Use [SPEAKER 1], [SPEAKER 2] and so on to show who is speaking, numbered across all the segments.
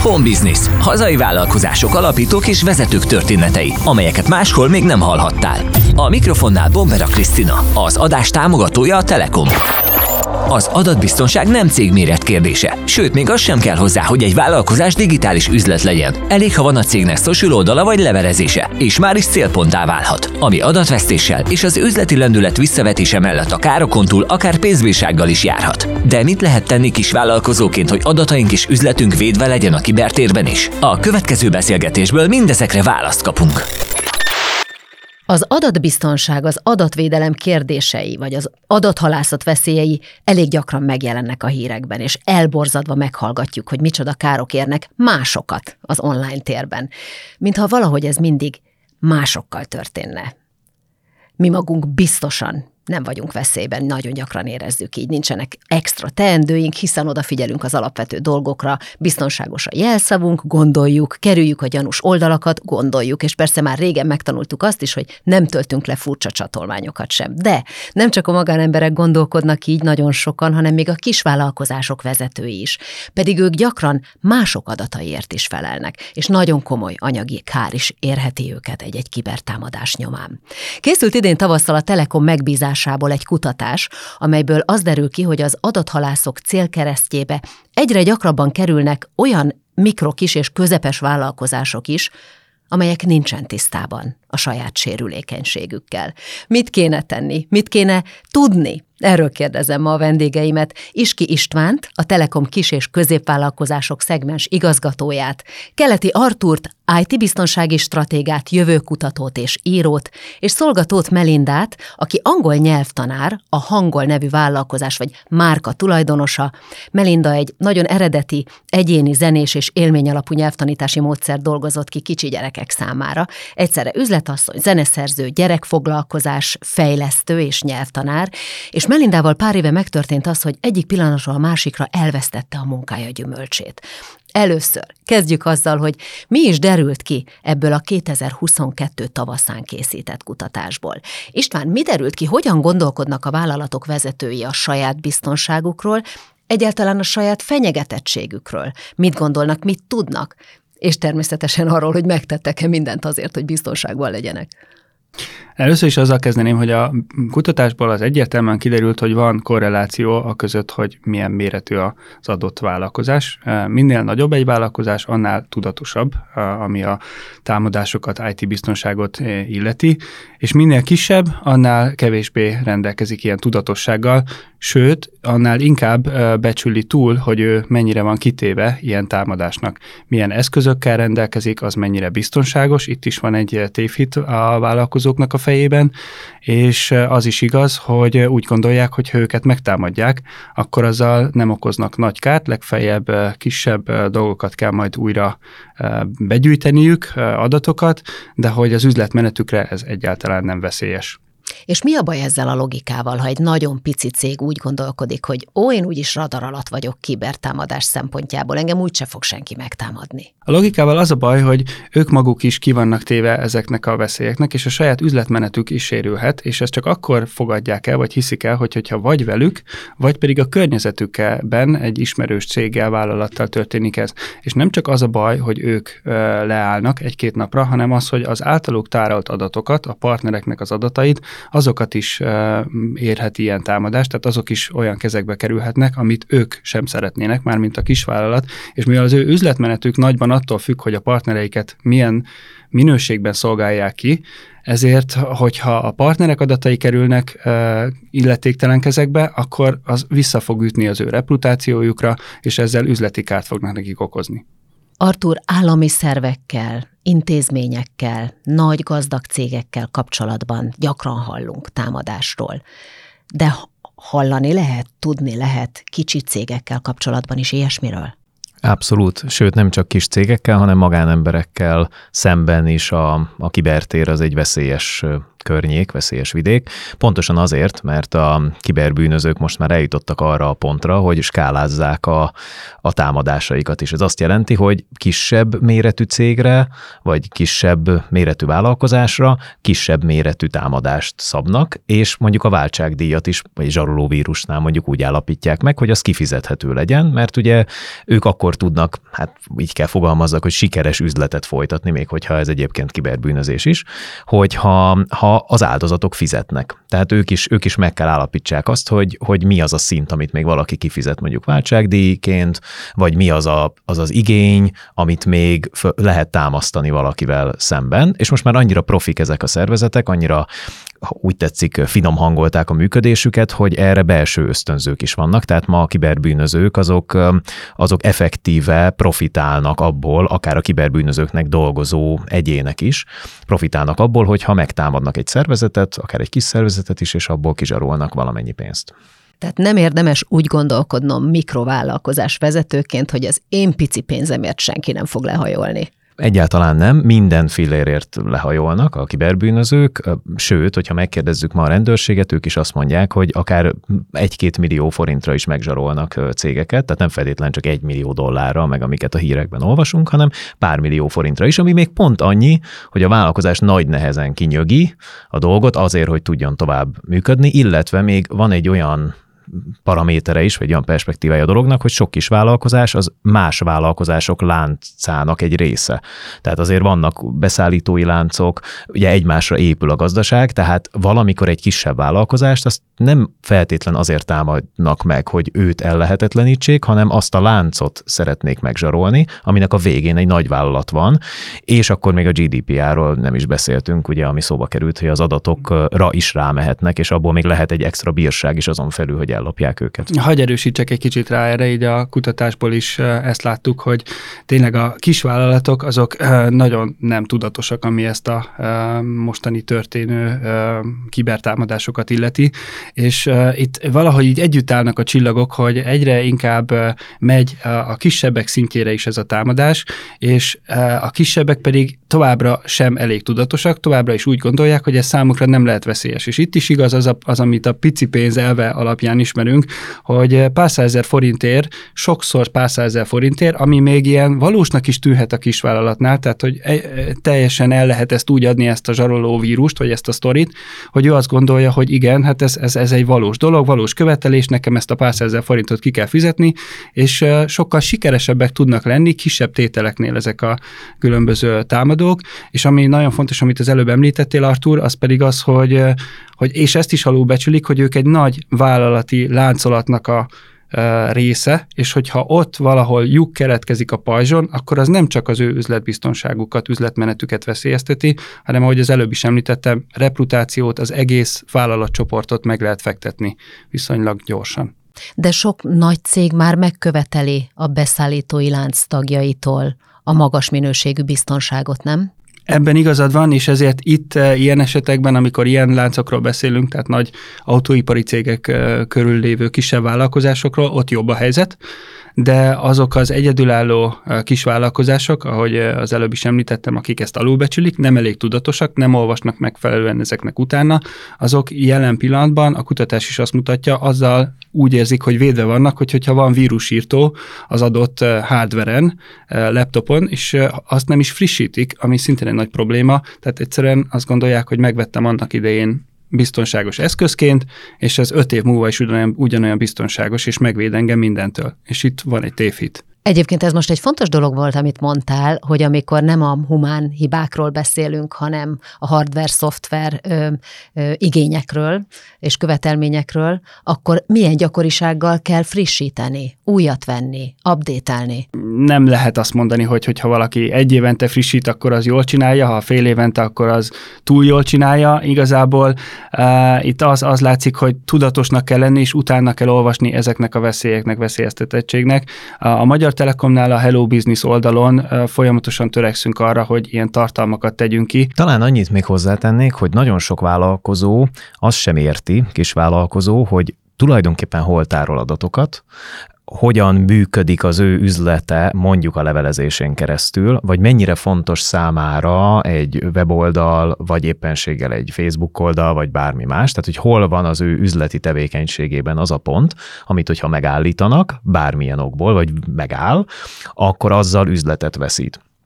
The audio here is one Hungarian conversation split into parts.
[SPEAKER 1] Phone Business. Hazai vállalkozások, alapítók és vezetők történetei, amelyeket máshol még nem hallhattál. A mikrofonnál Bombera Krisztina, az adás támogatója a Telekom. Az adatbiztonság nem cégméret kérdése, sőt, még az sem kell hozzá, hogy egy vállalkozás digitális üzlet legyen. Elég, ha van a cégnek social oldala vagy levelezése, és már is célponttá válhat, ami adatvesztéssel és az üzleti lendület visszavetése mellett a károkon túl akár pénzbírsággal is járhat. De mit lehet tenni kis vállalkozóként, hogy adataink és üzletünk védve legyen a kibertérben is? A következő beszélgetésből mindezekre választ kapunk.
[SPEAKER 2] Az adatbiztonság, az adatvédelem kérdései, vagy az adathalászat veszélyei elég gyakran megjelennek a hírekben, és elborzadva meghallgatjuk, hogy micsoda károk érnek másokat az online térben, mintha valahogy ez mindig másokkal történne. Mi magunk biztosan nem vagyunk veszélyben, nagyon gyakran érezzük így, nincsenek extra teendőink, hiszen odafigyelünk az alapvető dolgokra, biztonságos a jelszavunk, gondoljuk, kerüljük a gyanús oldalakat, gondoljuk, és persze már régen megtanultuk azt is, hogy nem töltünk le furcsa csatolmányokat sem. De nem csak a magánemberek gondolkodnak így nagyon sokan, hanem még a kisvállalkozások vezetői is. Pedig ők gyakran mások adataiért is felelnek, és nagyon komoly anyagi kár is érheti őket egy kibertámadás nyomán. Készült idén tavasszal a Telekom megbízásából egy kutatás, amelyből az derül ki, hogy az adathalászok célkeresztjébe egyre gyakrabban kerülnek olyan mikro, kis és közepes vállalkozások is, amelyek nincsen tisztában a saját sérülékenységükkel. Mit kéne tenni? Mit kéne tudni? Erről kérdezem ma a vendégeimet, Iski Istvánt, a Telekom kis- és középvállalkozások szegmens igazgatóját, Keleti Artúrt, IT-biztonsági stratégát, jövőkutatót és írót, és Szolgatót Melindát, aki angol nyelvtanár, a Hangol nevű vállalkozás vagy márka tulajdonosa. Melinda egy nagyon eredeti, egyéni, zenés és élményalapú nyelvtanítási módszer dolgozott ki kicsi gyerekek számára. Egyszerre üzletasszony, zeneszerző, gyerekfoglalkozás, fejlesztő és nyelvtanár, és Melindával pár éve megtörtént az, hogy egyik pillanatról a másikra elvesztette a munkája gyümölcsét. Először kezdjük azzal, hogy mi is derült ki ebből a 2022 tavaszán készített kutatásból. István, mi derült ki, hogyan gondolkodnak a vállalatok vezetői a saját biztonságukról, egyáltalán a saját fenyegetettségükről? Mit gondolnak, mit tudnak? És természetesen arról, hogy megtettek-e mindent azért, hogy biztonságban legyenek.
[SPEAKER 3] Először is azzal kezdeném, hogy a kutatásból az egyértelműen kiderült, hogy van korreláció a között, hogy milyen méretű az adott vállalkozás. Minél nagyobb egy vállalkozás, annál tudatosabb, ami a támadásokat, IT-biztonságot illeti, és minél kisebb, annál kevésbé rendelkezik ilyen tudatossággal, sőt, annál inkább becsüli túl, hogy ő mennyire van kitéve ilyen támadásnak. Milyen eszközökkel rendelkezik, az mennyire biztonságos, itt is van egy tévhit a vállalkozóknak a fejében, és az is igaz, hogy úgy gondolják, hogy ha őket megtámadják, akkor azzal nem okoznak nagy kárt, legfeljebb kisebb dolgokat kell majd újra begyűjteniük, adatokat, de hogy az üzletmenetükre ez egyáltalán nem veszélyes.
[SPEAKER 2] És mi a baj ezzel a logikával, ha egy nagyon pici cég úgy gondolkodik, hogy én úgyis radar alatt vagyok kibertámadás szempontjából, engem úgyse fog senki megtámadni?
[SPEAKER 3] A logikával az a baj, hogy ők maguk is ki vannak téve ezeknek a veszélyeknek, és a saját üzletmenetük is sérülhet, és ezt csak akkor fogadják el, vagy hiszik el, hogyha vagy velük, vagy pedig a környezetükben egy ismerős céggel, vállalattal történik ez. És nem csak az a baj, hogy ők leállnak egy-két napra, hanem az, hogy az általuk tárolt adatokat, a partnereknek az adatait, azokat is érhet ilyen támadást, tehát azok is olyan kezekbe kerülhetnek, amit ők sem szeretnének, mármint a kisvállalat, és mivel az ő üzletmenetük nagyban attól függ, hogy a partnereiket milyen minőségben szolgálják ki, ezért, hogyha a partnerek adatai kerülnek illetéktelen kezekbe, akkor az vissza fog ütni az ő reputációjukra, és ezzel üzleti kárt fognak nekik okozni.
[SPEAKER 2] Artúr, állami szervekkel, intézményekkel, nagy gazdag cégekkel kapcsolatban gyakran hallunk támadásról. De hallani lehet, tudni lehet kicsi cégekkel kapcsolatban is ilyesmiről?
[SPEAKER 4] Abszolút, sőt nem csak kis cégekkel, hanem magánemberekkel szemben is a kibertér az egy veszélyes környék, veszélyes vidék. Pontosan azért, mert a kiberbűnözők most már eljutottak arra a pontra, hogy skálázzák a támadásaikat is. Ez azt jelenti, hogy kisebb méretű cégre, vagy kisebb méretű vállalkozásra kisebb méretű támadást szabnak, és mondjuk a váltságdíjat is, vagy zsarolóvírusnál mondjuk úgy állapítják meg, hogy az kifizethető legyen, mert ugye ők akkor akkor tudnak, hát így kell fogalmazzak, hogy sikeres üzletet folytatni, még hogyha ez egyébként kiberbűnözés is, hogyha az áldozatok fizetnek. Tehát ők is meg kell állapítsák azt, hogy mi az a szint, amit még valaki kifizet mondjuk váltságdíjként, vagy mi az az igény, amit még lehet támasztani valakivel szemben, és most már annyira profik ezek a szervezetek, annyira úgy tetszik, finom hangolták a működésüket, hogy erre belső ösztönzők is vannak, tehát ma a kiberbűnözők azok effektíve profitálnak abból, akár a kiberbűnözőknek dolgozó egyének is, profitálnak abból, hogyha megtámadnak egy szervezetet, akár egy kis szervezetet is, és abból kizsarolnak valamennyi pénzt.
[SPEAKER 2] Tehát nem érdemes úgy gondolkodnom mikrovállalkozás vezetőként, hogy az én pici pénzemért senki nem fog lehajolni.
[SPEAKER 4] Egyáltalán nem, minden fillérért lehajolnak a kiberbűnözők, sőt, hogyha megkérdezzük ma a rendőrséget, ők is azt mondják, hogy akár 1-2 millió forintra is megzsarolnak cégeket, tehát nem feltétlenül csak 1 millió dollárra, meg amiket a hírekben olvasunk, hanem pár millió forintra is, ami még pont annyi, hogy a vállalkozás nagy nehezen kinyögi a dolgot azért, hogy tudjon tovább működni, illetve még van egy olyan paramétere is, vagy olyan perspektívája a dolognak, hogy sok kis vállalkozás az más vállalkozások láncának egy része. Tehát azért vannak beszállítói láncok, ugye egymásra épül a gazdaság, tehát valamikor egy kisebb vállalkozást azt nem feltétlen azért támadnak meg, hogy őt ellehetetlenítsék, hanem azt a láncot szeretnék megzsarolni, aminek a végén egy nagy vállalat van, és akkor még a GDPR-ról nem is beszéltünk, ugye, ami szóba került, hogy az adatokra is rámehetnek, és abból még lehet egy extra bírság is azon felül, hogy ellopják őket.
[SPEAKER 3] Hagy erősítsek egy kicsit rá erre, így a kutatásból is ezt láttuk, hogy tényleg a kisvállalatok azok nagyon nem tudatosak, ami ezt a mostani történő kibertámadásokat illeti, és itt valahogy így együtt állnak a csillagok, hogy egyre inkább megy a kisebbek szintjére is ez a támadás, és a kisebbek pedig továbbra sem elég tudatosak, továbbra is úgy gondolják, hogy ez számukra nem lehet veszélyes. És itt is igaz az amit a pici pénz elve alapján ismerünk, hogy pár százezer forintért, sokszor pár százezer forintért, ami még ilyen valósnak is tűnhet a kisvállalatnál, tehát hogy teljesen el lehet ezt úgy adni, ezt a zsaroló vírust, vagy ezt a sztorit, hogy ő azt gondolja, hogy igen, hát ez egy valós dolog, valós követelés, nekem ezt a pár százezer forintot ki kell fizetni, és sokkal sikeresebbek tudnak lenni kisebb tételeknél ezek a különböző támadók, és ami nagyon fontos, amit az előbb említettél, Artur, az pedig az, hogy és ezt is alulbecsülik, hogy ők egy nagy vállalati láncolatnak a része, és hogyha ott valahol lyuk keletkezik a pajzson, akkor az nem csak az ő üzletbiztonságukat, üzletmenetüket veszélyezteti, hanem ahogy az előbb is említettem, reputációt, az egész vállalatcsoportot meg lehet fektetni viszonylag gyorsan.
[SPEAKER 2] De sok nagy cég már megköveteli a beszállítói lánc tagjaitól a magas minőségű biztonságot, nem?
[SPEAKER 3] Ebben igazad van, és ezért itt ilyen esetekben, amikor ilyen láncokról beszélünk, tehát nagy autóipari cégek körül lévő kisebb vállalkozásokról, ott jobb a helyzet, de azok az egyedülálló kisvállalkozások, ahogy az előbb is említettem, akik ezt alulbecsülik, nem elég tudatosak, nem olvasnak megfelelően ezeknek utána, azok jelen pillanatban, a kutatás is azt mutatja, azzal úgy érzik, hogy védve vannak, hogyha van vírusírtó az adott hardveren, laptopon, és azt nem is frissítik, ami szintén egy nagy probléma, tehát egyszerűen azt gondolják, hogy megvettem annak idején biztonságos eszközként, és ez 5 év múlva is ugyanolyan biztonságos, és megvéd engem mindentől. És itt van egy tévhit.
[SPEAKER 2] Egyébként ez most egy fontos dolog volt, amit mondtál, hogy amikor nem a humán hibákról beszélünk, hanem a hardware-szoftver igényekről és követelményekről, akkor milyen gyakorisággal kell frissíteni, újat venni, update-elni? Nem
[SPEAKER 3] lehet azt mondani, hogy ha valaki 1 évente frissít, akkor az jól csinálja, ha fél évente, akkor az túl jól csinálja. Igazából itt az látszik, hogy tudatosnak kell lenni, és utána kell olvasni ezeknek a veszélyeknek, veszélyeztetettségnek. A Magyar Telekomnál a Hello Business oldalon folyamatosan törekszünk arra, hogy ilyen tartalmakat tegyünk ki.
[SPEAKER 4] Talán annyit még hozzátennék, hogy nagyon sok vállalkozó azt sem érti, kis vállalkozó, hogy tulajdonképpen hol tárol adatokat, hogyan működik az ő üzlete mondjuk a levelezésén keresztül, vagy mennyire fontos számára egy weboldal, vagy éppenséggel egy Facebook oldal, vagy bármi más, tehát hogy hol van az ő üzleti tevékenységében az a pont, amit hogyha megállítanak, bármilyen okból, vagy megáll, akkor azzal üzletet veszít.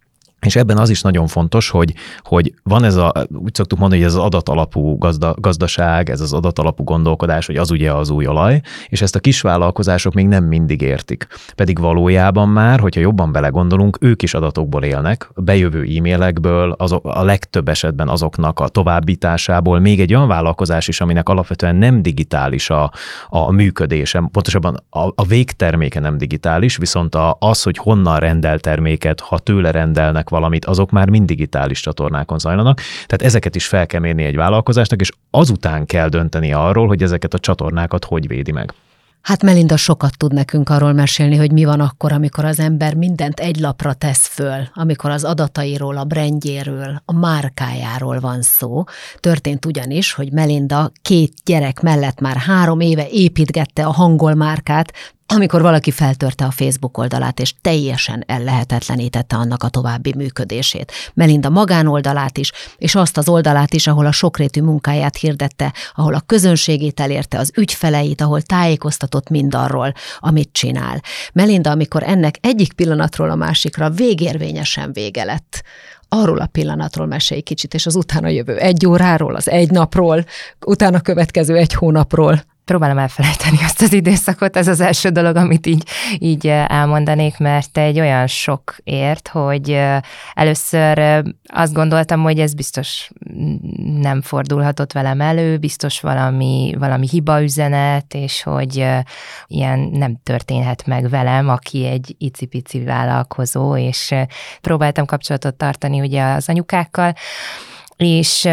[SPEAKER 4] És ebben az is nagyon fontos, hogy van ez úgy szoktuk mondani, hogy ez az adatalapú gazdaság, ez az adatalapú gondolkodás, hogy az ugye az új olaj, és ezt a kisvállalkozások még nem mindig értik. Pedig valójában már, hogyha jobban belegondolunk, ők is adatokból élnek, bejövő e-mailekből, a legtöbb esetben azoknak a továbbításából, még egy olyan vállalkozás is, aminek alapvetően nem digitális a működése, pontosabban a végterméke nem digitális, viszont az, hogy honnan rendel terméket, ha tőle rendelnek valamit, azok már mind digitális csatornákon zajlanak. Tehát ezeket is fel kell mérni egy vállalkozásnak, és azután kell dönteni arról, hogy ezeket a csatornákat hogy védi meg.
[SPEAKER 2] Hát Melinda sokat tud nekünk arról mesélni, hogy mi van akkor, amikor az ember mindent egy lapra tesz föl, amikor az adatairól, a brandjéről, a márkájáról van szó. Történt ugyanis, hogy Melinda 2 gyerek mellett már 3 éve építgette a Hangol márkát, amikor valaki feltörte a Facebook oldalát, és teljesen ellehetetlenítette annak a további működését. Melinda magánoldalát is, és azt az oldalát is, ahol a sokrétű munkáját hirdette, ahol a közönségét elérte, az ügyfeleit, ahol tájékoztatott mindarról, amit csinál. Melinda, amikor ennek egyik pillanatról a másikra végérvényesen vége lett, arról a pillanatról mesélj kicsit, és az utána jövő 1 óráról, az 1 napról, utána következő 1 hónapról.
[SPEAKER 5] Próbálom elfelejteni azt az időszakot, ez az első dolog, amit így elmondanék, mert egy olyan sok ért, hogy először azt gondoltam, hogy ez biztos nem fordulhatott velem elő, biztos valami hibaüzenet, és hogy ilyen nem történhet meg velem, aki egy icipici vállalkozó, és próbáltam kapcsolatot tartani ugye az anyukákkal, és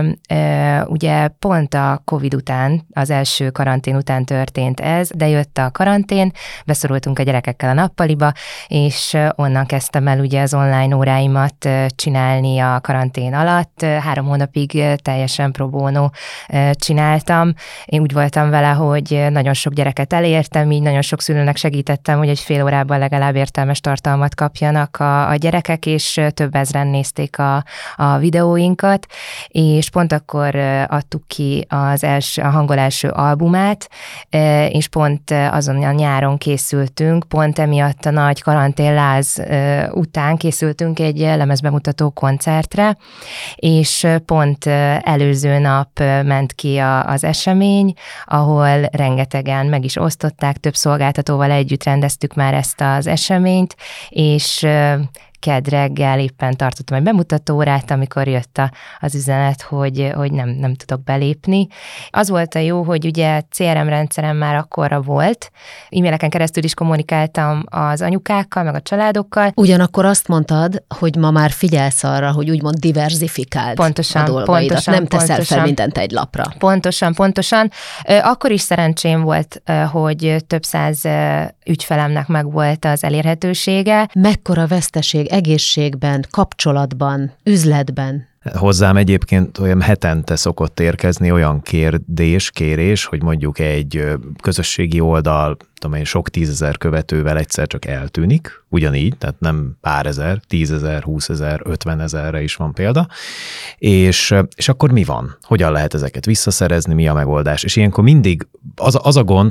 [SPEAKER 5] ugye pont a Covid után, az első karantén után történt ez, de jött a karantén, beszorultunk a gyerekekkel a nappaliba, és onnan kezdtem el ugye az online óráimat csinálni a karantén alatt. 3 hónapig teljesen pro bono csináltam. Én úgy voltam vele, hogy nagyon sok gyereket elértem, így nagyon sok szülőnek segítettem, hogy egy fél órában legalább értelmes tartalmat kapjanak a gyerekek, és több ezren nézték a videóinkat, és pont akkor adtuk ki a Hangol első albumát, és pont azon a nyáron készültünk, pont emiatt a nagy karanténláz után készültünk egy lemezbemutató koncertre, és pont előző nap ment ki az esemény, ahol rengetegen meg is osztották, több szolgáltatóval együtt rendeztük már ezt az eseményt, és kedd reggel éppen tartottam egy bemutatórát, amikor jött az üzenet, hogy nem tudok belépni. Az volt a jó, hogy ugye CRM rendszerem már akkorra volt, e-maileken keresztül is kommunikáltam az anyukákkal, meg a családokkal.
[SPEAKER 2] Ugyanakkor azt mondtad, hogy ma már figyelsz arra, hogy úgymond diverzifikáld a dolgaidat, nem teszel fel mindent egy lapra.
[SPEAKER 5] Pontosan. Akkor is szerencsém volt, hogy több 100 ügyfelemnek megvolt az elérhetősége.
[SPEAKER 2] Mekkora veszteség egészségben, kapcsolatban, üzletben?
[SPEAKER 4] Hozzám egyébként olyan hetente szokott érkezni olyan kérés, hogy mondjuk egy közösségi oldal, sok 10 000 követővel egyszer csak eltűnik, ugyanígy, tehát nem pár ezer, 10 000, 20 000, 50 000-re is van példa, és akkor mi van? Hogyan lehet ezeket visszaszerezni, mi a megoldás? És ilyenkor mindig az a gond,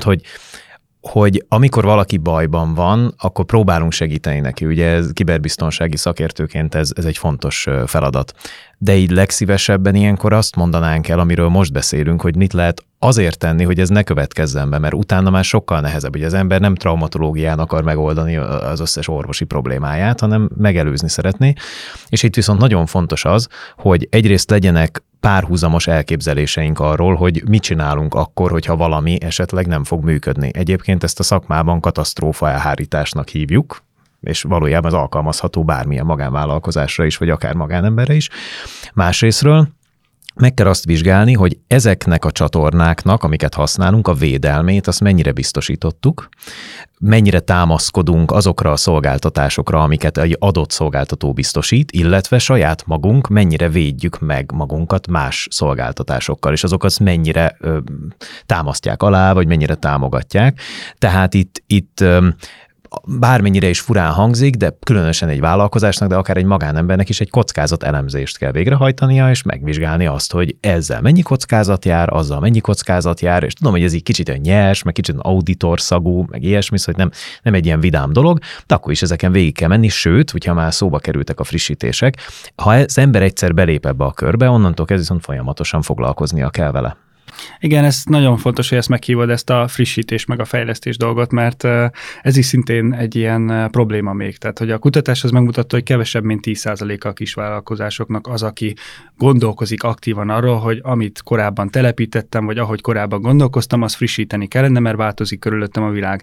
[SPEAKER 4] hogy amikor valaki bajban van, akkor próbálunk segíteni neki. Ugye ez kiberbiztonsági szakértőként ez egy fontos feladat. De így legszívesebben ilyenkor azt mondanánk el, amiről most beszélünk, hogy mit lehet azért tenni, hogy ez ne következzen be, mert utána már sokkal nehezebb, hogy az ember nem traumatológián akar megoldani az összes orvosi problémáját, hanem megelőzni szeretné. És itt viszont nagyon fontos az, hogy egyrészt legyenek párhuzamos elképzeléseink arról, hogy mit csinálunk akkor, hogyha valami esetleg nem fog működni. Egyébként ezt a szakmában katasztrófa elhárításnak hívjuk, és valójában az alkalmazható bármilyen magánvállalkozásra is, vagy akár magánemberre is. Másrésztről meg kell azt vizsgálni, hogy ezeknek a csatornáknak, amiket használunk, a védelmét, azt mennyire biztosítottuk, mennyire támaszkodunk azokra a szolgáltatásokra, amiket egy adott szolgáltató biztosít, illetve saját magunk mennyire védjük meg magunkat más szolgáltatásokkal, és azokat mennyire támasztják alá, vagy mennyire támogatják. Tehát itt bármennyire is furán hangzik, de különösen egy vállalkozásnak, de akár egy magánembernek is egy kockázat elemzést kell végrehajtania, és megvizsgálni azt, hogy ezzel mennyi kockázat jár, azzal mennyi kockázat jár, és tudom, hogy ez így kicsit olyan nyers, meg kicsit auditorszagú, meg ilyesmi, hogy nem egy ilyen vidám dolog, de akkor is ezeken végig kell menni, sőt, hogyha már szóba kerültek a frissítések, ha az ember egyszer belép ebbe a körbe, onnantól kezdve viszont folyamatosan foglalkoznia kell vele.
[SPEAKER 3] Igen, ez nagyon fontos, hogy ezt meghívod, ezt a frissítés meg a fejlesztés dolgot, mert ez is szintén egy ilyen probléma még. Tehát, hogy a kutatás az megmutatta, hogy kevesebb, mint 10%-a a kisvállalkozásoknak az, aki gondolkozik aktívan arról, hogy amit korábban telepítettem, vagy ahogy korábban gondolkoztam, azt frissíteni kellene, mert változik körülöttem a világ.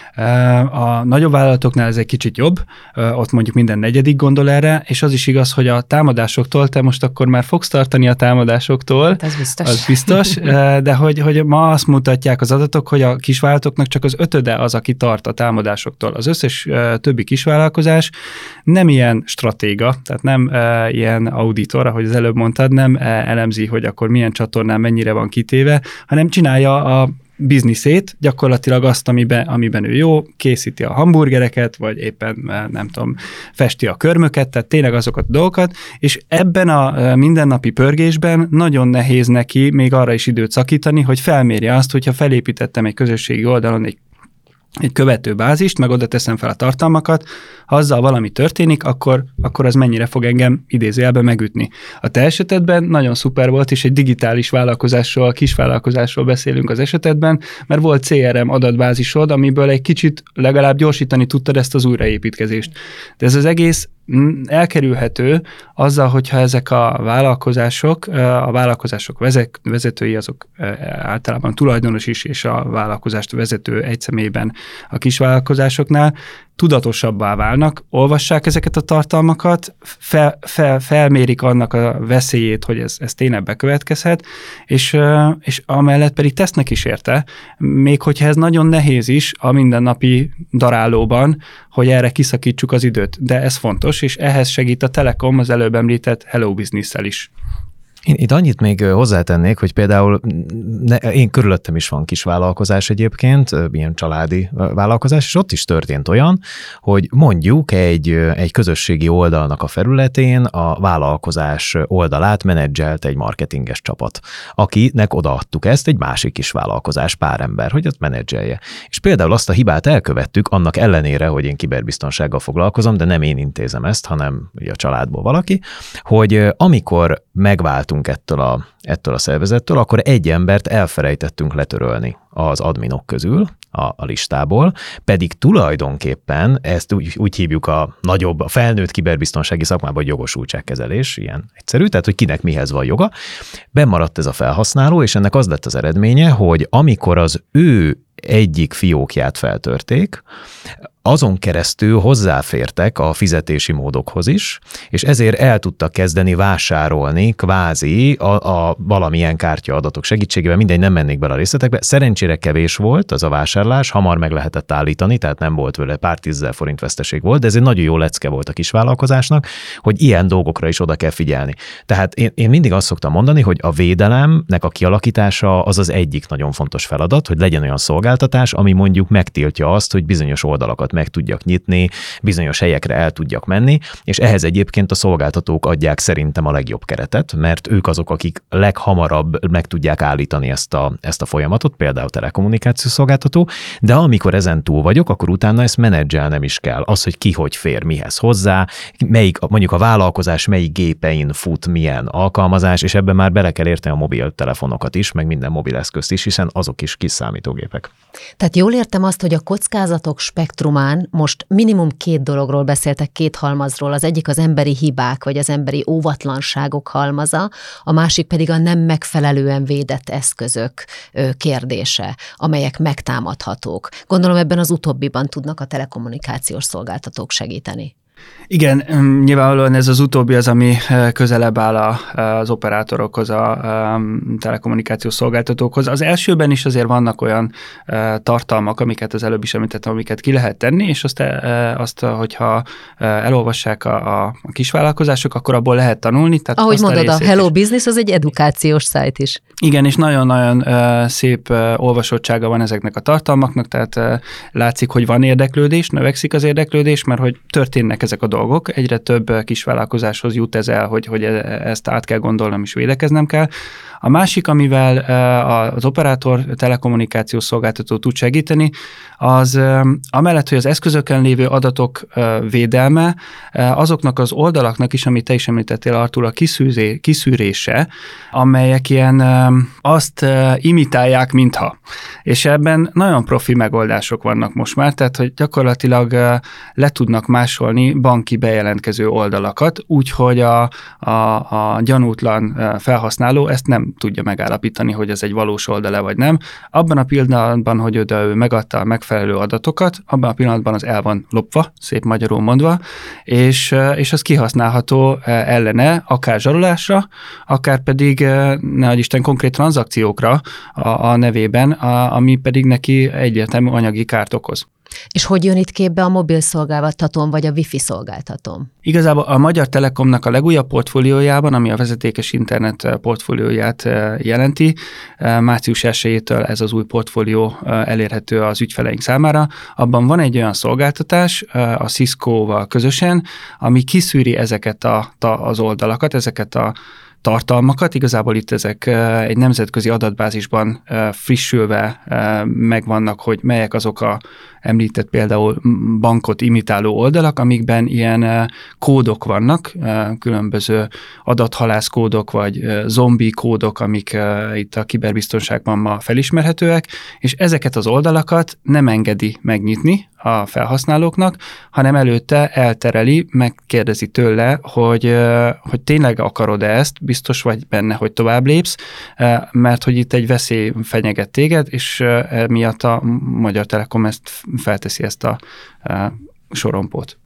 [SPEAKER 3] A nagyobb vállalatoknál ez egy kicsit jobb, ott mondjuk minden negyedik gondol erre, és az is igaz, hogy a támadásoktól te most akkor már fogsz tartani a támadásoktól.
[SPEAKER 5] Hát ez biztos.
[SPEAKER 3] Az biztos, de hogy ma azt mutatják az adatok, hogy a kisvállalatoknak csak az 5% az, aki tart a támadásoktól. Az összes többi kisvállalkozás nem ilyen stratéga, tehát nem ilyen auditor, ahogy az előbb mondtad, nem elemzi, hogy akkor milyen csatornán mennyire van kitéve, hanem csinálja a bizniszét, gyakorlatilag azt, amiben ő jó, készíti a hamburgereket, vagy éppen, nem tudom, festi a körmöket, tehát tényleg azokat a dolgokat, és ebben a mindennapi pörgésben nagyon nehéz neki még arra is időt szakítani, hogy felmérje azt, hogyha felépítettem egy közösségi oldalon egy követőbázist, meg oda teszem fel a tartalmakat, ha azzal valami történik, akkor az mennyire fog engem idézőjelben megütni. A te esetedben nagyon szuper volt, és egy digitális vállalkozásról, kisvállalkozásról beszélünk az esetedben, mert volt CRM adatbázisod, amiből egy kicsit legalább gyorsítani tudtad ezt az újraépítkezést. De ez az egész elkerülhető azzal, hogyha ezek a vállalkozások vezetői, azok általában tulajdonos is, és a vállalkozást vezető egy személyben a kisvállalkozásoknál tudatosabbá válnak, olvassák ezeket a tartalmakat, felmérik annak a veszélyét, hogy ez tényleg bekövetkezhet, és amellett pedig tesznek is érte, még hogyha ez nagyon nehéz is a mindennapi darálóban, hogy erre kiszakítsuk az időt. De ez fontos, és ehhez segít a Telekom az előbb említett Hello Business-szel is.
[SPEAKER 4] Én itt annyit még hozzátennék, hogy például én körülöttem is van kis vállalkozás egyébként, ilyen családi vállalkozás, és ott is történt olyan, hogy mondjuk egy közösségi oldalnak a felületén a vállalkozás oldalát menedzselt egy marketinges csapat, akinek odaadtuk ezt egy másik kis vállalkozás, pár ember, hogy ezt menedzselje. És például azt a hibát elkövettük, annak ellenére, hogy én kiberbiztonsággal foglalkozom, de nem én intézem ezt, hanem a családból valaki, hogy amikor megváltunk ettől a szervezettől, akkor egy embert elfelejtettünk letörölni az adminok közül, a listából, pedig tulajdonképpen ezt úgy hívjuk a felnőtt kiberbiztonsági szakmában, hogy jogosultságkezelés, ilyen egyszerű, tehát hogy kinek mihez van joga. Bemaradt ez a felhasználó, és ennek az lett az eredménye, hogy amikor az ő egyik fiókját feltörték, azon keresztül hozzáfértek a fizetési módokhoz is, és ezért el tudtak kezdeni vásárolni kvázi a valamilyen kártyaadatok segítségével, mindegy, nem mennék bele a részletekbe. Szerencsére kevés volt az a vásárlás, hamar meg lehetett állítani, tehát nem volt vele, pár 10 000 forint veszteség volt, de ez egy nagyon jó lecke volt a kisvállalkozásnak, hogy ilyen dolgokra is oda kell figyelni. Tehát én mindig azt szoktam mondani, hogy a védelemnek a kialakítása az egyik nagyon fontos feladat, hogy legyen olyan szolgáltatás, ami mondjuk megtiltja azt, hogy bizonyos oldalakat meg tudjak nyitni, bizonyos helyekre el tudjak menni, és ehhez egyébként a szolgáltatók adják szerintem a legjobb keretet, mert ők azok, akik leghamarabb meg tudják állítani ezt a folyamatot, például telekommunikációs szolgáltató, de amikor ezen túl vagyok, akkor utána ezt menedzselnem is kell. Az, hogy ki hogy fér mihez hozzá, mondjuk a vállalkozás melyik gépein fut milyen alkalmazás, és ebben már bele kell érteni a mobiltelefonokat is, meg minden mobileszközt is, hiszen azok is kis számítógépek.
[SPEAKER 2] Tehát jól értem azt, hogy a kockázatok spektrumán most minimum 2 dologról beszéltek, 2 halmazról. Az egyik az emberi hibák, vagy az emberi óvatlanságok halmaza, a másik pedig a nem megfelelően védett eszközök kérdése, amelyek megtámadhatók. Gondolom ebben az utóbbiban tudnak a telekommunikációs szolgáltatók segíteni.
[SPEAKER 3] Igen, nyilvánvalóan ez az utóbbi az, ami közelebb áll az operátorokhoz, a telekommunikációs szolgáltatókhoz. Az elsőben is azért vannak olyan tartalmak, amiket az előbb is említettem, amiket ki lehet tenni, és azt hogyha elolvassák a kisvállalkozások, akkor abból lehet tanulni. Tehát
[SPEAKER 2] ahogy mondod, a Hello Business az egy edukációs szájt is.
[SPEAKER 3] Igen, és nagyon-nagyon szép olvasottsága van ezeknek a tartalmaknak, tehát látszik, hogy van érdeklődés, növekszik az érdeklődés, mert hogy történnek ezek a dolgok, egyre több kisvállalkozáshoz jut ez el, hogy ezt át kell gondolnom és védekeznem kell. A másik, amivel az operátor telekommunikációs szolgáltató tud segíteni, az amellett, hogy az eszközökön lévő adatok védelme, azoknak az oldalaknak is, amit te is említettél, Artúr, a kiszűrése, amelyek ilyen azt imitálják, mintha. És ebben nagyon profi megoldások vannak most már, tehát hogy gyakorlatilag le tudnak másolni banki bejelentkező oldalakat, úgyhogy a gyanútlan felhasználó ezt nem tudja megállapítani, hogy ez egy valós oldal-e vagy nem. Abban a pillanatban, hogy ő megadta a megfelelő adatokat, abban a pillanatban az el van lopva, szép magyarul mondva, és az kihasználható ellene, akár zsarolásra, akár pedig, nehogy Isten, konkrét tranzakciókra a nevében, ami pedig neki egyértelmű anyagi kárt okoz.
[SPEAKER 2] És hogy jön itt képbe a mobil szolgáltatóm vagy a wifi szolgáltatóm?
[SPEAKER 3] Igazából a Magyar Telekomnak a legújabb portfóliójában, ami a vezetékes internet portfólióját jelenti, március 1-től ez az új portfólió elérhető az ügyfeleink számára. Abban van egy olyan szolgáltatás a Cisco-val közösen, ami kiszűri ezeket az oldalakat, ezeket a tartalmakat. Igazából itt ezek egy nemzetközi adatbázisban frissülve megvannak, hogy melyek azok a említett például bankot imitáló oldalak, amikben ilyen kódok vannak, különböző adathalászkódok, vagy zombi kódok, amik itt a kiberbiztonságban ma felismerhetőek, és ezeket az oldalakat nem engedi megnyitni a felhasználóknak, hanem előtte eltereli, megkérdezi tőle, hogy tényleg akarod-e ezt, biztos vagy benne, hogy tovább lépsz, mert hogy itt egy veszély fenyeget téged, és miatt a Magyar Telekom felteszi ezt a sorompót.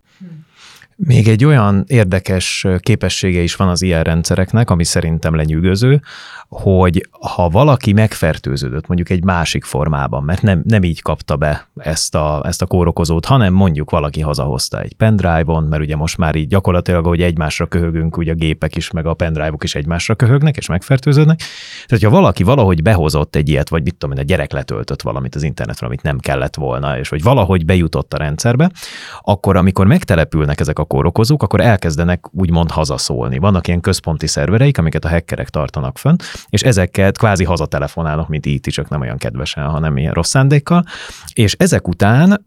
[SPEAKER 4] Még egy olyan érdekes képessége is van az ilyen rendszereknek, ami szerintem lenyűgöző, hogy ha valaki megfertőződött mondjuk egy másik formában, mert nem így kapta be ezt a kórokozót, hanem mondjuk valaki hazahozta egy pendrive-on, mert ugye most már így gyakorlatilag, ahogy egymásra köhögünk, ugye a gépek is, meg a pendrive-ok is egymásra köhögnek, és megfertőződnek. Tehát, ha valaki valahogy behozott egy ilyet, vagy mit tudom én, a gyerek letöltött valamit az internetről, amit nem kellett volna, és hogy valahogy bejutott a rendszerbe, akkor amikor megtelepülnek ezek a kórokozók, akkor elkezdenek úgymond hazaszólni. Vannak ilyen központi szervereik, amiket a hackerek tartanak fönn, és ezeket kvázi hazatelefonálnak, mint IT, csak nem olyan kedvesen, hanem ilyen rossz szándékkal, és ezek után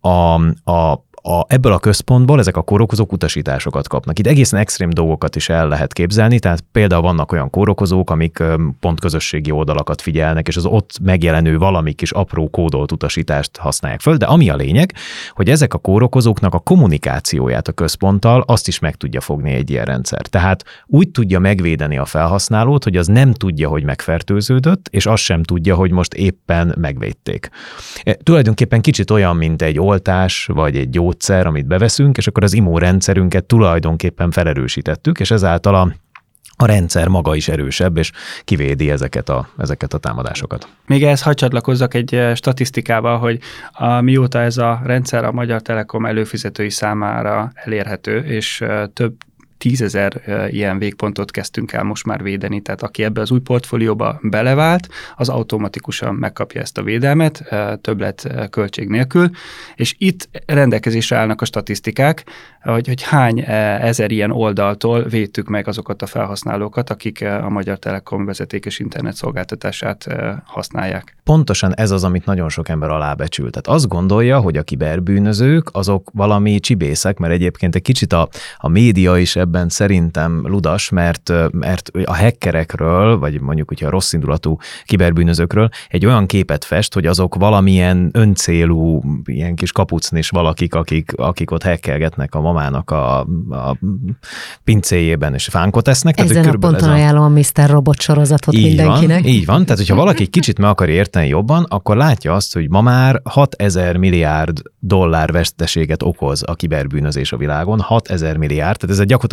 [SPEAKER 4] ebből a központból ezek a kórokozók utasításokat kapnak. Itt egészen extrém dolgokat is el lehet képzelni, tehát például vannak olyan kórokozók, amik pont közösségi oldalakat figyelnek, és az ott megjelenő valami kis apró kódolt utasítást használják föl, de ami a lényeg, hogy ezek a kórokozóknak a kommunikációját a központtal azt is meg tudja fogni egy ilyen rendszer. Tehát úgy tudja megvédeni a felhasználót, hogy az nem tudja, hogy megfertőződött, és azt sem tudja, hogy most éppen megvédték. Tulajdonképpen kicsit olyan, mint egy oltás, vagy egy gyógyszer, amit beveszünk, és akkor az immunrendszerünket tulajdonképpen felerősítettük, és ezáltal a rendszer maga is erősebb, és kivédi ezeket a támadásokat.
[SPEAKER 3] Még ehhez hadd csatlakozzak egy statisztikával, hogy mióta ez a rendszer a Magyar Telekom előfizetői számára elérhető, és több 10 000 ilyen végpontot kezdtünk el most már védeni, tehát aki ebbe az új portfólióba belevált, az automatikusan megkapja ezt a védelmet, többlet költség nélkül, és itt rendelkezésre állnak a statisztikák, hogy hány ezer ilyen oldaltól védtük meg azokat a felhasználókat, akik a Magyar Telekom vezetékes internet szolgáltatását használják.
[SPEAKER 4] Pontosan ez az, amit nagyon sok ember alábecsül. Tehát azt gondolja, hogy a kiberbűnözők azok valami csibészek, mert egyébként egy kicsit a média is ebben szerintem ludas, mert a hackerekről, vagy mondjuk, hogyha a rosszindulatú kiberbűnözőkről egy olyan képet fest, hogy azok valamilyen öncélú, ilyen kis kapucnis valakik, akik ott hackelgetnek a mamának a pincéjében, és fánkot esznek.
[SPEAKER 2] Ezen a ponton ajánlom a Mr. Robot sorozatot mindenkinek.
[SPEAKER 4] Így van, tehát hogyha valaki kicsit meg akar érteni jobban, akkor látja azt, hogy ma már 6000 milliárd dollár veszteséget okoz a kiberbűnözés a világon, 6000 milliárd, tehát ez gyakorlatilag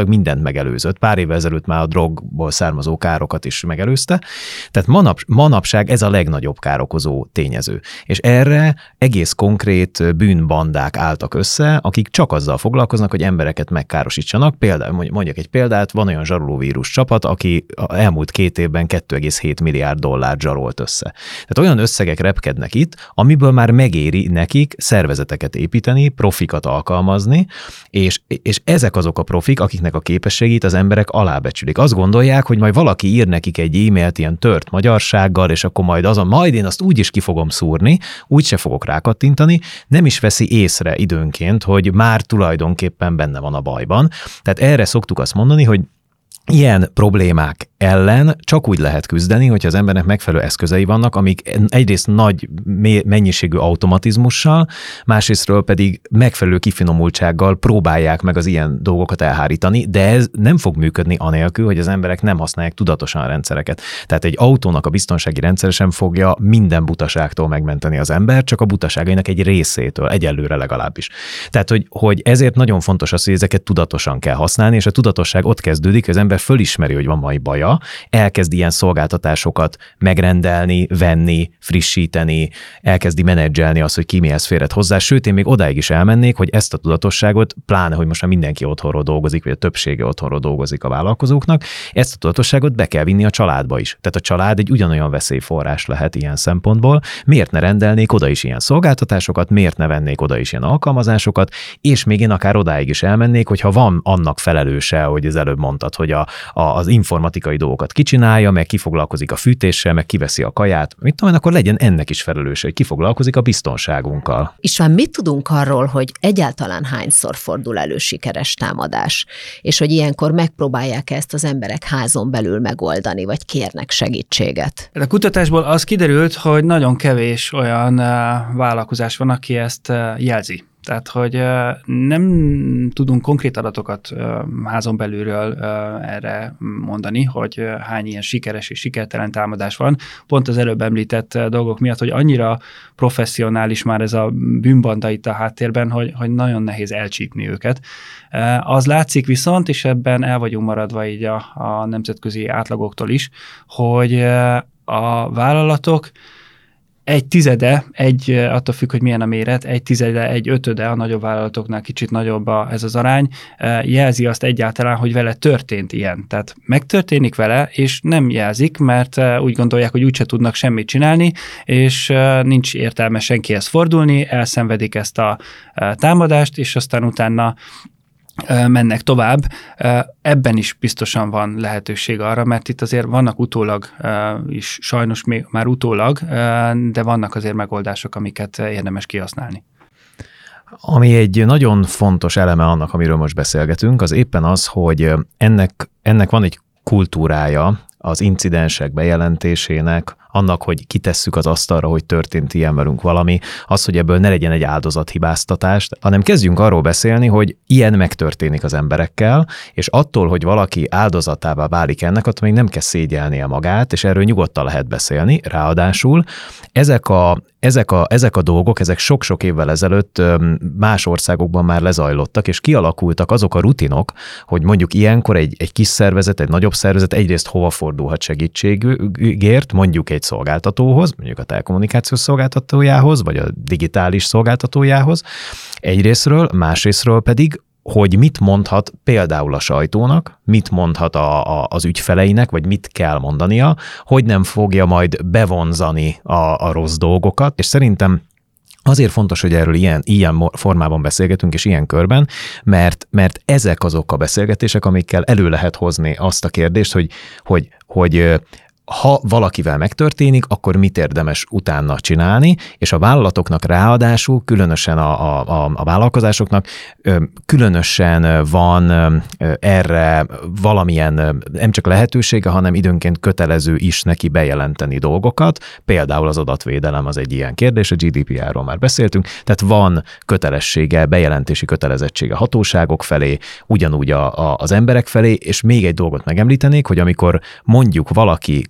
[SPEAKER 4] mindent megelőzött. Pár évvel ezelőtt már a drogból származó károkat is megelőzte. Tehát manapság ez a legnagyobb károkozó tényező. És erre egész konkrét bűnbandák álltak össze, akik csak azzal foglalkoznak, hogy embereket megkárosítsanak. Például, mondjak egy példát, van olyan zsarolóvírus csapat, aki elmúlt 2 évben 2,7 milliárd dollárt zsarolt össze. Tehát olyan összegek repkednek itt, amiből már megéri nekik szervezeteket építeni, profikat alkalmazni, és ezek azok a profik, akiknek a képességét az emberek alábecsülik. Azt gondolják, hogy majd valaki ír nekik egy e-mailt ilyen tört magyarsággal, és akkor majd én azt úgy is ki fogom szúrni, úgyse fogok rákattintani, nem is veszi észre időnként, hogy már tulajdonképpen benne van a bajban. Tehát erre szoktuk azt mondani, hogy ilyen problémák ellen csak úgy lehet küzdeni, hogyha az embernek megfelelő eszközei vannak, amik egyrészt nagy mennyiségű automatizmussal, másrésztről pedig megfelelő kifinomultsággal próbálják meg az ilyen dolgokat elhárítani, de ez nem fog működni anélkül, hogy az emberek nem használják tudatosan a rendszereket. Tehát egy autónak a biztonsági rendszer sem fogja minden butaságtól megmenteni az ember, csak a butaságainak egy részétől, egyelőre legalábbis. Tehát, hogy ezért nagyon fontos az, hogy ezeket tudatosan kell használni, és a tudatosság ott kezdődik, hogy az ember fölismeri, hogy van valami baja, elkezd ilyen szolgáltatásokat megrendelni, venni, frissíteni, elkezdi menedzselni azt, hogy ki mihez férhet hozzá, sőt, én még odáig is elmennék, hogy ezt a tudatosságot, pláne, hogy most már mindenki otthonról dolgozik, vagy a többsége otthonról dolgozik a vállalkozóknak, ezt a tudatosságot be kell vinni a családba is. Tehát a család egy ugyanolyan veszélyforrás lehet ilyen szempontból. Miért ne rendelnék oda is ilyen szolgáltatásokat, miért ne vennék oda is ilyen alkalmazásokat, és még én akár odáig is elmennék, hogyha van annak felelőse, hogy az előbb mondtad, hogy az informatikai dolgokat kicsinálja, meg kifoglalkozik a fűtéssel, meg kiveszi a kaját, mit tudom, akkor legyen ennek is felelőse, hogy kifoglalkozik a biztonságunkkal.
[SPEAKER 2] István, mit tudunk arról, hogy egyáltalán hányszor fordul elő sikeres támadás, és hogy ilyenkor megpróbálják ezt az emberek házon belül megoldani, vagy kérnek segítséget?
[SPEAKER 3] A kutatásból az kiderült, hogy nagyon kevés olyan vállalkozás van, aki ezt jelzi. Tehát, hogy nem tudunk konkrét adatokat házon belülről erre mondani, hogy hány ilyen sikeres és sikertelen támadás van. Pont az előbb említett dolgok miatt, hogy annyira professzionális már ez a bűnbanda itt a háttérben, hogy nagyon nehéz elcsípni őket. Az látszik viszont, és ebben el vagyunk maradva így a nemzetközi átlagoktól is, hogy a vállalatok 1/10, attól függ, hogy milyen a méret, 1/10, 1/5 a nagyobb vállalatoknál kicsit nagyobb ez az arány, jelzi azt egyáltalán, hogy vele történt ilyen. Tehát megtörténik vele, és nem jelzik, mert úgy gondolják, hogy úgyse tudnak semmit csinálni, és nincs értelme senkihez fordulni, elszenvedik ezt a támadást, és aztán utána mennek tovább. Ebben is biztosan van lehetőség arra, mert itt azért vannak utólag is, sajnos még már utólag, de vannak azért megoldások, amiket érdemes kihasználni.
[SPEAKER 4] Ami egy nagyon fontos eleme annak, amiről most beszélgetünk, az éppen az, hogy ennek van egy kultúrája, az incidensek bejelentésének, annak, hogy kitesszük az asztalra, hogy történt ilyen velünk valami, az, hogy ebből ne legyen egy áldozathibáztatás, hanem kezdjünk arról beszélni, hogy ilyen megtörténik az emberekkel, és attól, hogy valaki áldozatává válik ennek, attól még nem kell szégyelnie magát, és erről nyugodtan lehet beszélni. Ráadásul ezek a dolgok, ezek sok-sok évvel ezelőtt más országokban már lezajlottak, és kialakultak azok a rutinok, hogy mondjuk ilyenkor egy kis szervezet, egy nagyobb szervezet egyrészt hova fordulhat segítségért, mondjuk egy szolgáltatóhoz, mondjuk a telekommunikációs szolgáltatójához, vagy a digitális szolgáltatójához egyrészről, másrészről pedig, hogy mit mondhat például a sajtónak, mit mondhat az ügyfeleinek, vagy mit kell mondania, hogy nem fogja majd bevonzani a rossz dolgokat, és szerintem azért fontos, hogy erről ilyen formában beszélgetünk, és ilyen körben, mert ezek azok a beszélgetések, amikkel elő lehet hozni azt a kérdést, hogy ha valakivel megtörténik, akkor mit érdemes utána csinálni, és a vállalatoknak ráadásul, különösen a vállalkozásoknak különösen van erre valamilyen nem csak lehetősége, hanem időnként kötelező is neki bejelenteni dolgokat. Például az adatvédelem az egy ilyen kérdés, a GDPR-ról már beszéltünk, tehát van kötelessége, bejelentési kötelezettsége hatóságok felé, ugyanúgy az emberek felé, és még egy dolgot megemlítenék, hogy amikor mondjuk valaki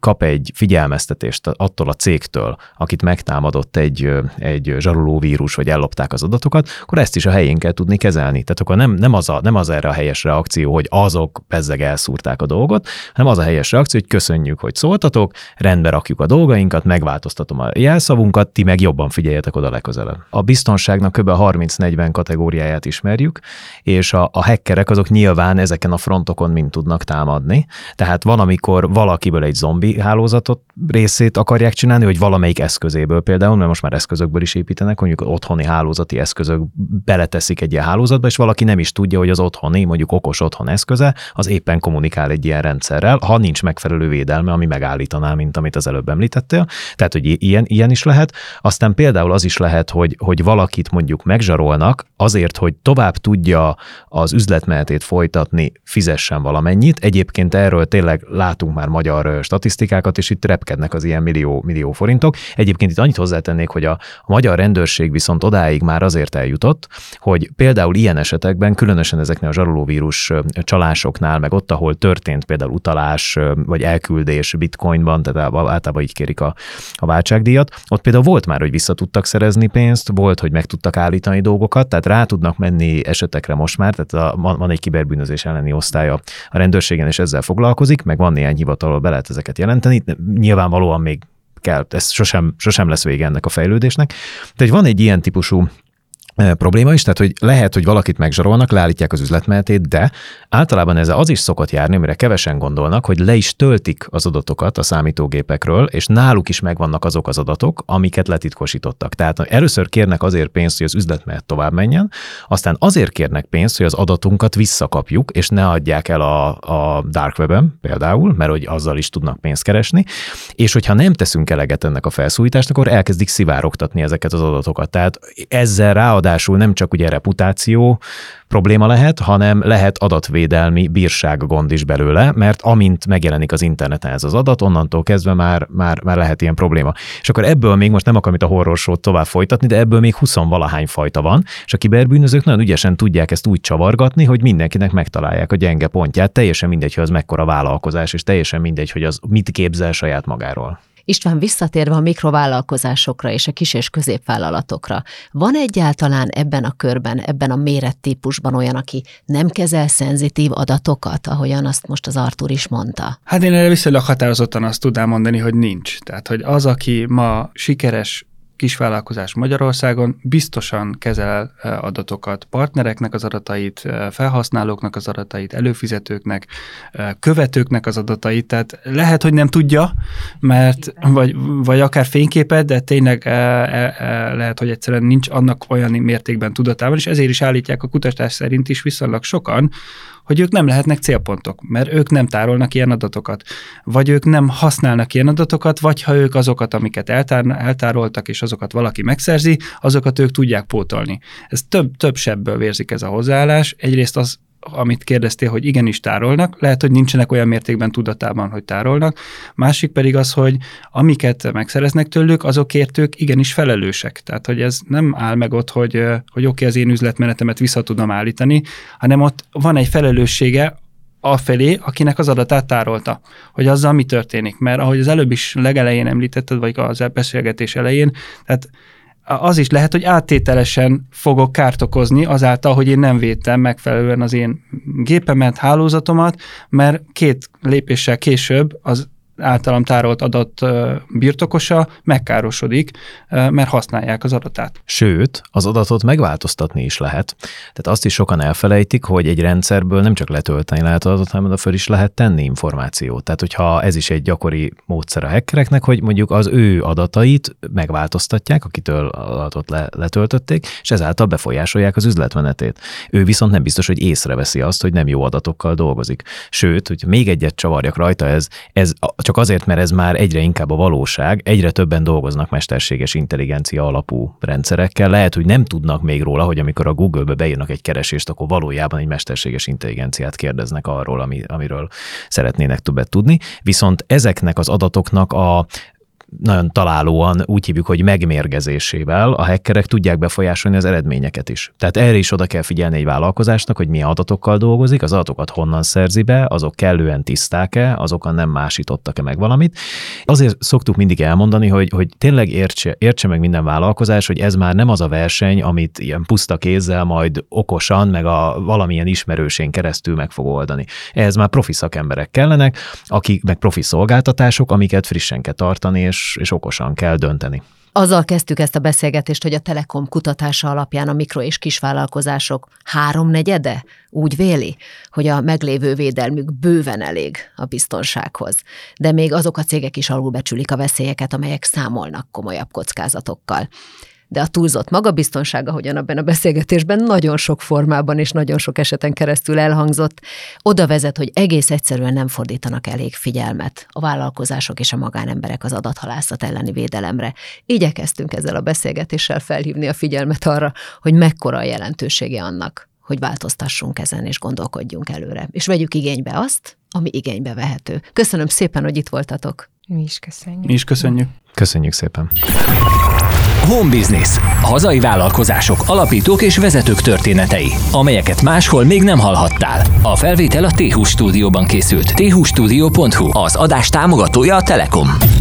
[SPEAKER 4] kap egy figyelmeztetést attól a cégtől, akit megtámadott egy zsaroló vírus, vagy ellopták az adatokat, akkor ezt is a helyén kell tudni kezelni. Tehát akkor nem az erre a helyes reakció, hogy azok bezzeg elszúrták a dolgot, hanem az a helyes reakció, hogy köszönjük, hogy szóltatok, rendbe rakjuk a dolgainkat, megváltoztatom a jelszavunkat, ti meg jobban figyeljetek oda legközelebb. A biztonságnak kb. 30-40 kategóriáját ismerjük, és a hackerek azok nyilván ezeken a frontokon mind tudnak támadni. Tehát van, amikor valakiből egy zombi hálózatot részét akarják csinálni, hogy valamelyik eszközéből például, mert most már eszközökből is építenek, mondjuk otthoni hálózati eszközök beleteszik egy ilyen hálózatba, és valaki nem is tudja, hogy az otthoni, mondjuk okos otthon eszköze, az éppen kommunikál egy ilyen rendszerrel, ha nincs megfelelő védelme, ami megállítaná, mint amit az előbb említettél. Tehát, hogy ilyen is lehet. Aztán például az is lehet, hogy valakit mondjuk megzsarolnak azért, hogy tovább tudja az üzletmenetét folytatni, fizessen valamennyit. Egyébként erről tényleg látunk már magyar statisztikákat, és itt repkednek az ilyen millió forintok. Egyébként itt annyit hozzátennék, hogy a magyar rendőrség viszont odáig már azért eljutott, hogy például ilyen esetekben, különösen ezeknél a zsarolóvírus csalásoknál, meg ott, ahol történt például utalás, vagy elküldés bitcoinban, tehát általában így kérik a váltságdíjat, ott például volt már, hogy vissza tudtak szerezni pénzt, volt, hogy meg tudtak állítani dolgokat, tehát rá tudnak menni esetekre most már, tehát van egy kiberbűnözés elleni osztály a rendőrségen, és ezzel foglalkozik, meg van néhány hivatal, ahol be lehet ezeket jelenteni. Nyilvánvalóan még kell, ez sosem lesz vége ennek a fejlődésnek. Tehát van egy ilyen típusú probléma is, tehát hogy lehet, hogy valakit megzsarolnak, leállítják az üzletmenetét, de általában ez az is szokott járni, amire kevesen gondolnak, hogy le is töltik az adatokat a számítógépekről, és náluk is megvannak azok az adatok, amiket letitkosítottak. Tehát először kérnek azért pénzt, hogy az üzletmenet tovább menjen, aztán azért kérnek pénzt, hogy az adatunkat visszakapjuk, és ne adják el a dark webben például, mert hogy azzal is tudnak pénzt keresni, és hogyha nem teszünk eleget ennek a felszólításnak, akkor elkezdik szivárogtatni ezeket az adatokat. Tehát ezzel ráadásul nem csak ugye reputáció probléma lehet, hanem lehet adatvédelmi bírsággond is belőle, mert amint megjelenik az interneten ez az adat, onnantól kezdve már lehet ilyen probléma. És akkor ebből még most nem akarom itt a horror show-t tovább folytatni, de ebből még 20-valahány fajta van, és a kiberbűnözők nagyon ügyesen tudják ezt úgy csavargatni, hogy mindenkinek megtalálják a gyenge pontját, teljesen mindegy, hogy az mekkora vállalkozás, és teljesen mindegy, hogy az mit képzel saját magáról.
[SPEAKER 2] István, visszatérve a mikrovállalkozásokra és a kis- és középvállalatokra, van egyáltalán ebben a körben, ebben a mérettípusban olyan, aki nem kezel szenzitív adatokat, ahogyan azt most az Artúr is mondta?
[SPEAKER 3] Hát én erre viszonylag határozottan azt tudnám mondani, hogy nincs. Tehát, hogy az, aki ma sikeres kisvállalkozás Magyarországon, biztosan kezel adatokat, partnereknek az adatait, felhasználóknak az adatait, előfizetőknek, követőknek az adatait, tehát lehet, hogy nem tudja, mert vagy akár fényképet, de tényleg lehet, hogy egyszerűen nincs annak olyan mértékben tudatában, és ezért is állítják a kutatás szerint is viszonylag sokan, hogy ők nem lehetnek célpontok, mert ők nem tárolnak ilyen adatokat, vagy ők nem használnak ilyen adatokat, vagy ha ők azokat, amiket eltároltak, és azokat valaki megszerzi, azokat ők tudják pótolni. Ez több sebből vérzik ez a hozzáállás. Egyrészt az, amit kérdeztél, hogy igenis tárolnak, lehet, hogy nincsenek olyan mértékben tudatában, hogy tárolnak. Másik pedig az, hogy amiket megszereznek tőlük, azokért ők igenis felelősek. Tehát, hogy ez nem áll meg ott, hogy oké, az én üzletmenetemet vissza tudom állítani, hanem ott van egy felelőssége afelé, akinek az adatát tárolta, hogy azzal mi történik. Mert ahogy az előbb is legelején említetted, vagy az beszélgetés elején, tehát az is lehet, hogy áttételesen fogok kárt okozni azáltal, hogy én nem védtem megfelelően az én gépemet, hálózatomat, mert 2 lépéssel később az általam tárolt adat birtokosa megkárosodik, mert használják az adatát.
[SPEAKER 4] Sőt, az adatot megváltoztatni is lehet. Tehát azt is sokan elfelejtik, hogy egy rendszerből nem csak letölteni lehet az adatot, hanem föl is lehet tenni információt. Tehát, hogyha ez is egy gyakori módszer a hackereknek, hogy mondjuk az ő adatait megváltoztatják, akitől adatot letöltötték, és ezáltal befolyásolják az üzletmenetét. Ő viszont nem biztos, hogy észreveszi azt, hogy nem jó adatokkal dolgozik. Sőt, hogy még egyet csavarjak rajta, ez csak azért, mert ez már egyre inkább a valóság, egyre többen dolgoznak mesterséges intelligencia alapú rendszerekkel. Lehet, hogy nem tudnak még róla, hogy amikor a Google-be beírnak egy keresést, akkor valójában egy mesterséges intelligenciát kérdeznek arról, amiről szeretnének többet tudni. Viszont ezeknek az adatoknak nagyon találóan úgy hívjuk, hogy megmérgezésével a hackerek tudják befolyásolni az eredményeket is. Tehát erre is oda kell figyelni egy vállalkozásnak, hogy milyen adatokkal dolgozik, az adatokat honnan szerzi be, azok kellően tiszták-e, azokkal nem másítottak-e meg valamit. Azért szoktuk mindig elmondani, hogy tényleg értse meg minden vállalkozás, hogy ez már nem az a verseny, amit ilyen puszta kézzel majd okosan, meg a valamilyen ismerősén keresztül meg fog oldani. Ehhez már profi szakemberek kellenek, akik meg profi szolgáltatások, amiket frissen kell tartani, és okosan kell dönteni.
[SPEAKER 2] Azzal kezdtük ezt a beszélgetést, hogy a Telekom kutatása alapján a mikro- és kisvállalkozások 3/4 úgy véli, hogy a meglévő védelmük bőven elég a biztonsághoz. De még azok a cégek is alulbecsülik a veszélyeket, amelyek számolnak komolyabb kockázatokkal. De a túlzott magabiztonság, ahogyan abban a beszélgetésben nagyon sok formában és nagyon sok eseten keresztül elhangzott, oda vezet, hogy egész egyszerűen nem fordítanak elég figyelmet a vállalkozások és a magánemberek az adathalászat elleni védelemre. Igyekeztünk ezzel a beszélgetéssel felhívni a figyelmet arra, hogy mekkora a jelentősége annak, hogy változtassunk ezen és gondolkodjunk előre. És vegyük igénybe azt, ami igénybe vehető. Köszönöm szépen, hogy itt voltatok.
[SPEAKER 5] Mi is köszönjük.
[SPEAKER 3] Mi is köszönjük.
[SPEAKER 4] Köszönjük szépen.
[SPEAKER 1] Home Business. Hazai vállalkozások, alapítók és vezetők történetei, amelyeket máshol még nem hallhattál. A felvétel a T20 stúdióban készült. t20studio.hu. Az adás támogatója a Telekom.